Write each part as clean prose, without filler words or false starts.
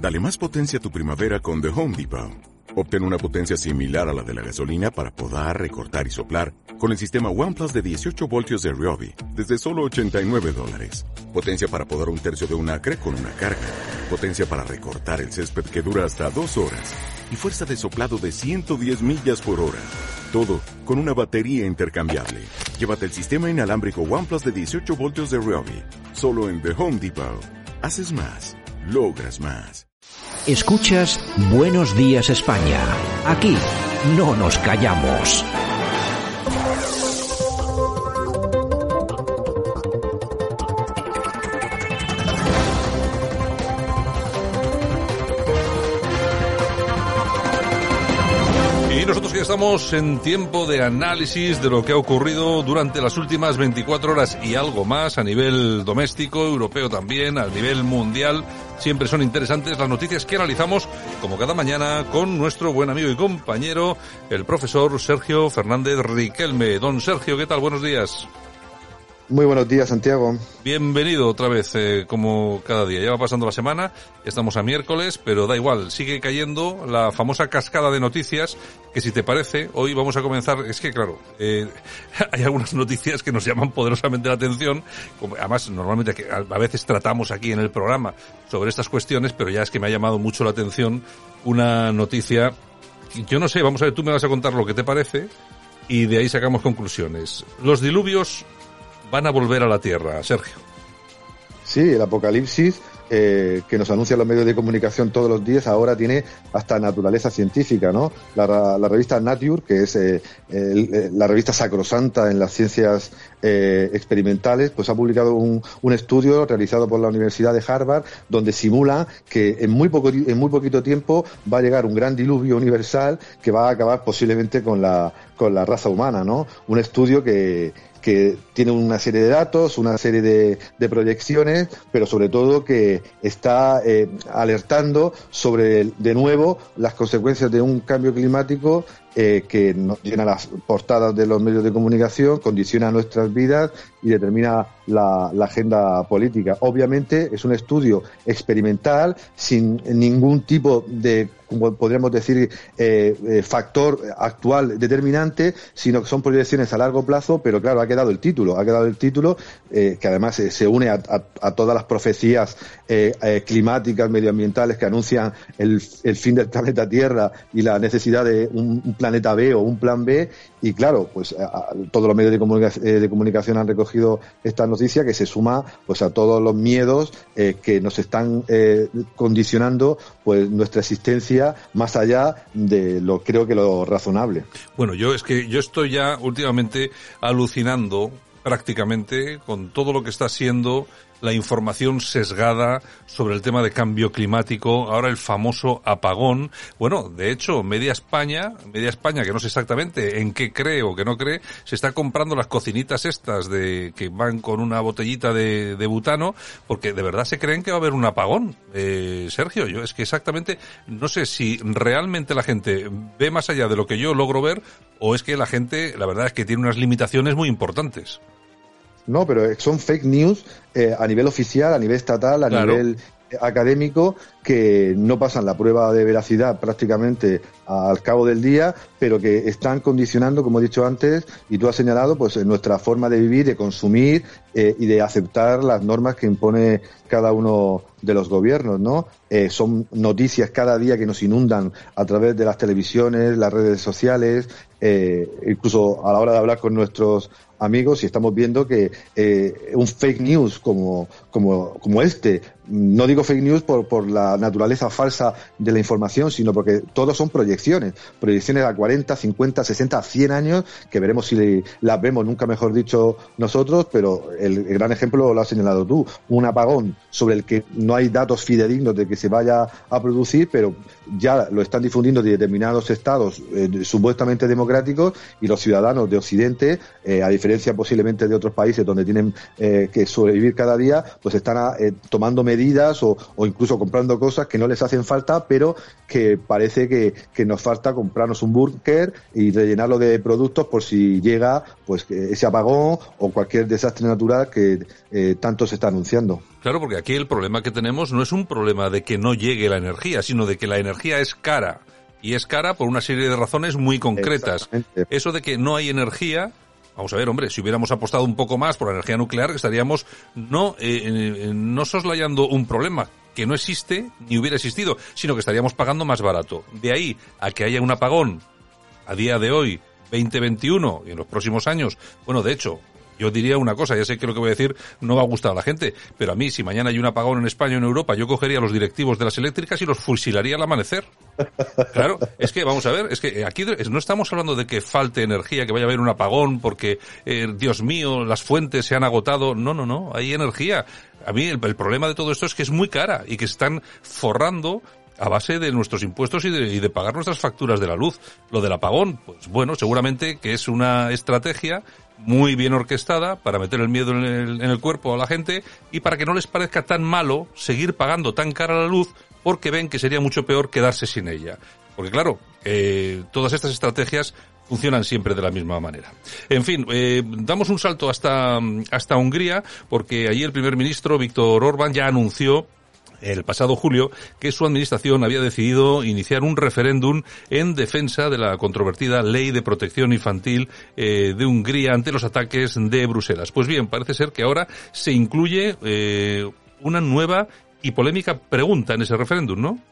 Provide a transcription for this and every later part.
Dale más potencia a tu primavera con The Home Depot. Obtén una potencia similar a la de la gasolina para podar, recortar y soplar con el sistema OnePlus de 18 voltios de Ryobi desde solo $89. Potencia para podar un tercio de un acre con una carga. Potencia para recortar el césped que dura hasta 2 horas. Y fuerza de soplado de 110 millas por hora. Todo con una batería intercambiable. Llévate el sistema inalámbrico OnePlus de 18 voltios de Ryobi. Solo en The Home Depot. Haces más. Logras más. Escuchas Buenos Días España. Aquí no nos callamos. Y nosotros que estamos en tiempo de análisis de lo que ha ocurrido durante las últimas 24 horas y algo más a nivel doméstico, europeo también, a nivel mundial. Siempre son interesantes las noticias que analizamos, como cada mañana, con nuestro buen amigo y compañero, el profesor Sergio Fernández Riquelme. Don Sergio, ¿qué tal? Buenos días. Muy buenos días, Santiago. Bienvenido otra vez, como cada día. Ya va pasando la semana, estamos a miércoles, pero da igual, sigue cayendo la famosa cascada de noticias, que si te parece, hoy vamos a comenzar. Es que claro, hay algunas noticias que nos llaman poderosamente la atención, como, además normalmente a veces tratamos aquí en el programa sobre estas cuestiones, pero ya es que me ha llamado mucho la atención una noticia. Yo no sé, vamos a ver, tú me vas a contar lo que te parece y de ahí sacamos conclusiones. Los diluvios van a volver a la Tierra, Sergio. Sí, el apocalipsis que nos anuncian los medios de comunicación todos los días ahora tiene hasta naturaleza científica, ¿no? La revista Nature, que es la revista sacrosanta en las ciencias experimentales, pues ha publicado un estudio realizado por la Universidad de Harvard donde simula que en muy poquito tiempo va a llegar un gran diluvio universal que va a acabar posiblemente con la raza humana, ¿no? Un estudio que tiene una serie de datos, una serie de proyecciones, pero sobre todo que está alertando sobre, de nuevo, las consecuencias de un cambio climático que nos llena las portadas de los medios de comunicación, condiciona nuestras vidas y determina la agenda política. Obviamente es un estudio experimental, sin ningún tipo de, como podríamos decir, factor actual determinante, sino que son proyecciones a largo plazo, pero claro, ha quedado el título, que además se une a todas las profecías climáticas, medioambientales que anuncian el fin del planeta Tierra y la necesidad de un planeta B o un plan B, y claro, pues todos los medios de comunicación han recogido esta noticia que se suma pues a todos los miedos que nos están condicionando pues nuestra existencia más allá de lo razonable. Bueno, yo estoy ya últimamente alucinando prácticamente con todo lo que está siendo la información sesgada sobre el tema de cambio climático, ahora el famoso apagón. Bueno, de hecho, media España, que no sé exactamente en qué cree o que no cree, se está comprando las cocinitas estas que van con una botellita de butano, porque de verdad se creen que va a haber un apagón. Sergio, yo es que exactamente no sé si realmente la gente ve más allá de lo que yo logro ver, o es que la gente, la verdad es que tiene unas limitaciones muy importantes. No, pero son fake news a nivel oficial, a nivel estatal, a nivel académico, que no pasan la prueba de veracidad prácticamente al cabo del día, pero que están condicionando, como he dicho antes, y tú has señalado, pues nuestra forma de vivir, de consumir y de aceptar las normas que impone cada uno de los gobiernos, ¿no? Son noticias cada día que nos inundan a través de las televisiones, las redes sociales, incluso a la hora de hablar con nuestros amigos, y estamos viendo que un fake news como este, no digo fake news por la naturaleza falsa de la información, sino porque todos son proyecciones a 40, 50, 60, 100 años, que veremos si las vemos, nunca mejor dicho nosotros, pero el gran ejemplo lo has señalado tú, un apagón sobre el que no hay datos fidedignos de que se vaya a producir, pero ya lo están difundiendo de determinados estados supuestamente democráticos, y los ciudadanos de Occidente, a diferencia posiblemente de otros países donde tienen que sobrevivir cada día, pues están tomando medidas o incluso comprando cosas que no les hacen falta, pero que parece que nos falta comprarnos un búnker y rellenarlo de productos por si llega pues ese apagón o cualquier desastre natural que tanto se está anunciando. Claro, porque aquí el problema que tenemos no es un problema de que no llegue la energía, sino de que la energía es cara. Y es cara por una serie de razones muy concretas. Eso de que no hay energía... Vamos a ver, hombre, si hubiéramos apostado un poco más por la energía nuclear, estaríamos no soslayando un problema que no existe ni hubiera existido, sino que estaríamos pagando más barato. De ahí a que haya un apagón a día de hoy, 2021, y en los próximos años, bueno, de hecho... Yo diría una cosa, ya sé que lo que voy a decir no va a gustar a la gente, pero a mí, si mañana hay un apagón en España o en Europa, yo cogería a los directivos de las eléctricas y los fusilaría al amanecer. Claro, es que, vamos a ver, es que aquí no estamos hablando de que falte energía, que vaya a haber un apagón porque, Dios mío, las fuentes se han agotado. No, hay energía. A mí el problema de todo esto es que es muy cara y que se están forrando a base de nuestros impuestos y de pagar nuestras facturas de la luz. Lo del apagón, pues bueno, seguramente que es una estrategia muy bien orquestada para meter el miedo en el cuerpo a la gente y para que no les parezca tan malo seguir pagando tan cara la luz porque ven que sería mucho peor quedarse sin ella. Porque claro, todas estas estrategias funcionan siempre de la misma manera. En fin, damos un salto hasta Hungría porque allí el primer ministro Viktor Orbán ya anunció el pasado julio que su administración había decidido iniciar un referéndum en defensa de la controvertida ley de protección infantil de Hungría ante los ataques de Bruselas. Pues bien, parece ser que ahora se incluye una nueva y polémica pregunta en ese referéndum, ¿no?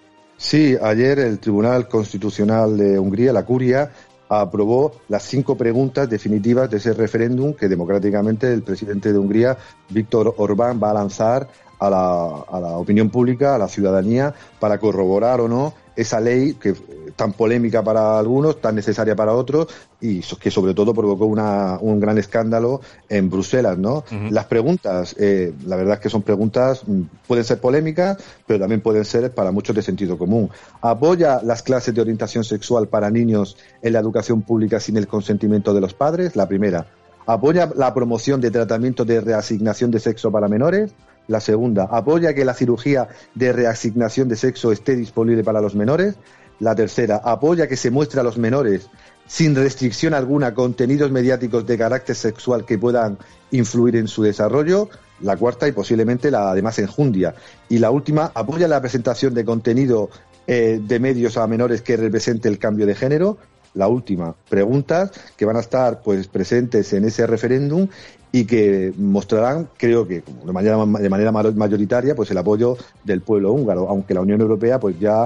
Sí, ayer el Tribunal Constitucional de Hungría, la Curia, aprobó las 5 preguntas definitivas de ese referéndum que democráticamente el presidente de Hungría, Viktor Orbán, va a lanzar a la opinión pública, a la ciudadanía, para corroborar o no esa ley que tan polémica para algunos, tan necesaria para otros y que sobre todo provocó un gran escándalo en Bruselas, ¿no? Uh-huh. Las preguntas, la verdad es que son preguntas, pueden ser polémicas, pero también pueden ser para muchos de sentido común. ¿Apoya las clases de orientación sexual para niños en la educación pública sin el consentimiento de los padres? La primera. ¿Apoya la promoción de tratamiento de reasignación de sexo para menores? La segunda, ¿apoya que la cirugía de reasignación de sexo esté disponible para los menores? La tercera, ¿apoya que se muestre a los menores, sin restricción alguna, contenidos mediáticos de carácter sexual que puedan influir en su desarrollo? La cuarta, y posiblemente la además enjundia. Y la última, ¿apoya la presentación de contenido de medios a menores que represente el cambio de género? La última, preguntas que van a estar pues presentes en ese referéndum y que mostrarán, creo que de manera mayoritaria, pues el apoyo del pueblo húngaro, aunque la Unión Europea pues ya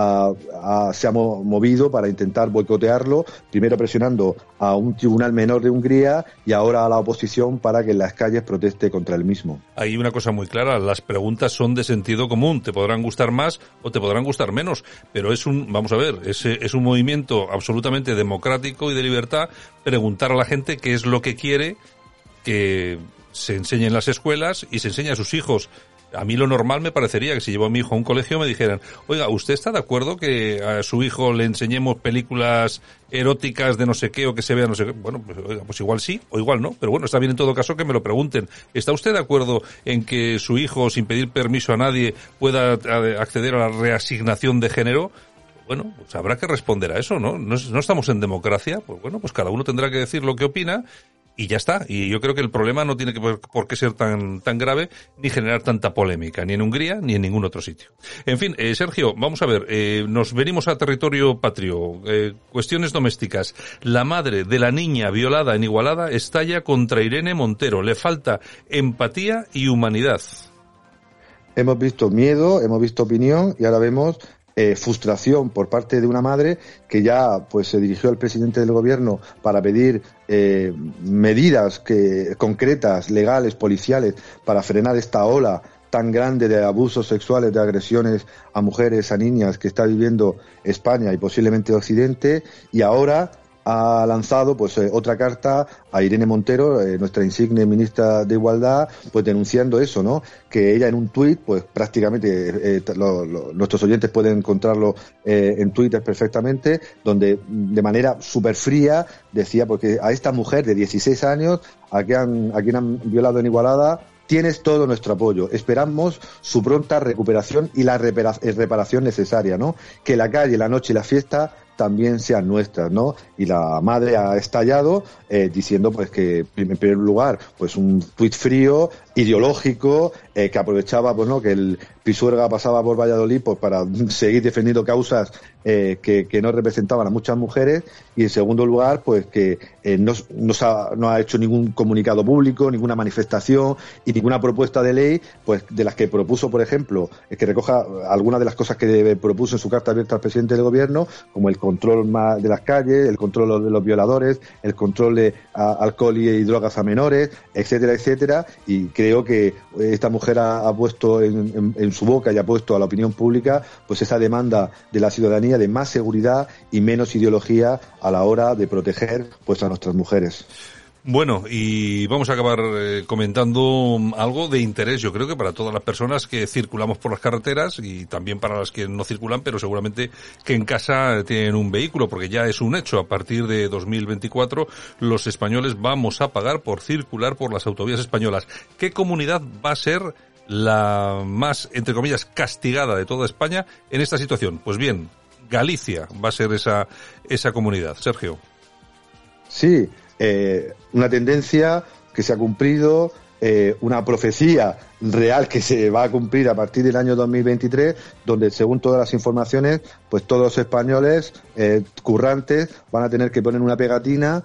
se ha movido para intentar boicotearlo, primero presionando a un tribunal menor de Hungría y ahora a la oposición para que en las calles proteste contra el mismo. Hay una cosa muy clara, las preguntas son de sentido común, te podrán gustar más o te podrán gustar menos, pero es un movimiento absolutamente democrático y de libertad preguntar a la gente qué es lo que quiere que se enseñe en las escuelas y se enseñe a sus hijos. A mí lo normal me parecería que si llevo a mi hijo a un colegio me dijeran, oiga, ¿usted está de acuerdo que a su hijo le enseñemos películas eróticas de no sé qué o que se vea no sé qué? Bueno, pues, oiga, pues igual sí o igual no, pero bueno, está bien en todo caso que me lo pregunten. ¿Está usted de acuerdo en que su hijo, sin pedir permiso a nadie, pueda acceder a la reasignación de género? Bueno, pues habrá que responder a eso, ¿no? No estamos en democracia, pues bueno, pues cada uno tendrá que decir lo que opina y ya está. Y yo creo que el problema no tiene por qué ser tan grave ni generar tanta polémica, ni en Hungría ni en ningún otro sitio. En fin, Sergio, vamos a ver, nos venimos a territorio patrio. Cuestiones domésticas. La madre de la niña violada en Igualada estalla contra Irene Montero. Le falta empatía y humanidad. Hemos visto miedo, hemos visto opinión y ahora vemos frustración por parte de una madre que ya pues se dirigió al presidente del gobierno para pedir medidas concretas, legales, policiales, para frenar esta ola tan grande de abusos sexuales, de agresiones a mujeres, a niñas que está viviendo España y posiblemente Occidente, y ahora ha lanzado pues otra carta a Irene Montero, nuestra insigne ministra de Igualdad, pues denunciando eso, ¿no? Que ella en un tuit, pues prácticamente nuestros oyentes pueden encontrarlo en Twitter perfectamente, donde de manera súper fría decía, porque a esta mujer de 16 años, a quien han violado en Igualada, tienes todo nuestro apoyo. Esperamos su pronta recuperación y la reparación necesaria, ¿no? Que la calle, la noche y la fiesta también sean nuestras, ¿no? Y la madre ha estallado diciendo pues que en primer lugar pues un tuit frío, ideológico, que aprovechaba pues no que el Pisuerga pasaba por Valladolid pues para seguir defendiendo causas que no representaban a muchas mujeres, y en segundo lugar pues que no ha hecho ningún comunicado público, ninguna manifestación y ninguna propuesta de ley pues de las que propuso, por ejemplo, que recoja algunas de las cosas que propuso en su carta abierta al presidente del gobierno, como el control de las calles, el control de los violadores, el control de alcohol y drogas a menores, etcétera, etcétera. Y creo que esta mujer ha puesto en su boca y ha puesto a la opinión pública pues esa demanda de la ciudadanía de más seguridad y menos ideología a la hora de proteger pues a nuestras mujeres. Bueno, y vamos a acabar comentando algo de interés, yo creo que para todas las personas que circulamos por las carreteras y también para las que no circulan, pero seguramente que en casa tienen un vehículo, porque ya es un hecho. A partir de 2024 los españoles vamos a pagar por circular por las autovías españolas. ¿Qué comunidad va a ser la más, entre comillas, castigada de toda España en esta situación? Pues bien, Galicia va a ser esa comunidad. Sergio. Sí. Una tendencia que se ha cumplido, una profecía real que se va a cumplir a partir del año 2023, donde según todas las informaciones, pues todos los españoles currantes van a tener que poner una pegatina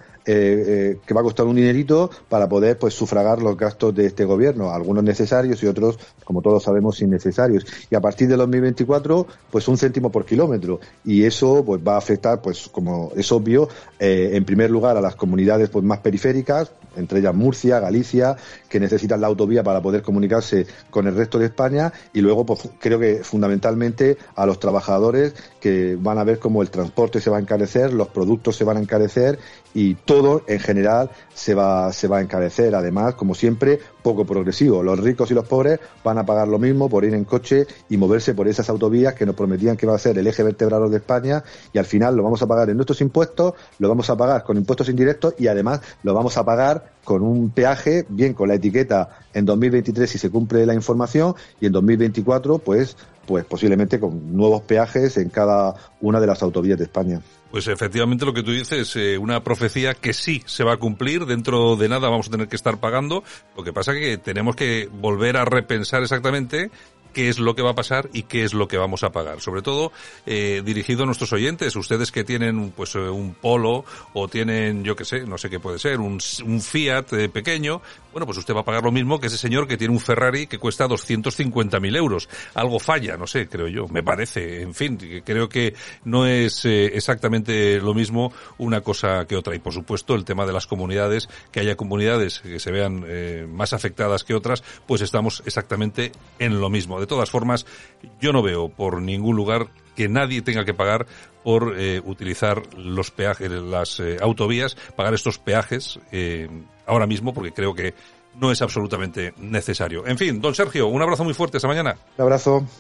que va a costar un dinerito para poder pues sufragar los gastos de este gobierno, algunos necesarios y otros, como todos sabemos, innecesarios. Y a partir del 2024, pues 1 céntimo por kilómetro, y eso pues va a afectar, pues como es obvio, en primer lugar a las comunidades pues más periféricas, entre ellas Murcia, Galicia, que necesitan la autovía para poder comunicarse con el resto de España, y luego pues creo que fundamentalmente a los trabajadores, que van a ver cómo el transporte se va a encarecer, los productos se van a encarecer y todo en general se va a encarecer. Además, como siempre, poco progresivo. Los ricos y los pobres van a pagar lo mismo por ir en coche y moverse por esas autovías que nos prometían que iba a ser el eje vertebrador de España, y al final lo vamos a pagar en nuestros impuestos, lo vamos a pagar con impuestos indirectos y además lo vamos a pagar con un peaje, bien con la etiqueta en 2023 si se cumple la información, y en 2024 pues posiblemente con nuevos peajes en cada una de las autovías de España. Pues efectivamente lo que tú dices, una profecía que sí se va a cumplir. Dentro de nada vamos a tener que estar pagando. Lo que pasa es que tenemos que volver a repensar exactamente qué es lo que va a pasar y qué es lo que vamos a pagar. Sobre todo dirigido a nuestros oyentes, ustedes que tienen pues un Polo o tienen, yo qué sé, no sé qué puede ser, un Fiat pequeño. Bueno, pues usted va a pagar lo mismo que ese señor que tiene un Ferrari que cuesta 250.000 euros. Algo falla, no sé, creo yo, me parece. En fin, creo que no es exactamente lo mismo una cosa que otra. Y por supuesto el tema de las comunidades, que haya comunidades que se vean más afectadas que otras, pues estamos exactamente en lo mismo. De todas formas, yo no veo por ningún lugar que nadie tenga que pagar por utilizar los peajes, las autovías, pagar estos peajes ahora mismo, porque creo que no es absolutamente necesario. En fin, don Sergio, un abrazo muy fuerte esta mañana. Un abrazo.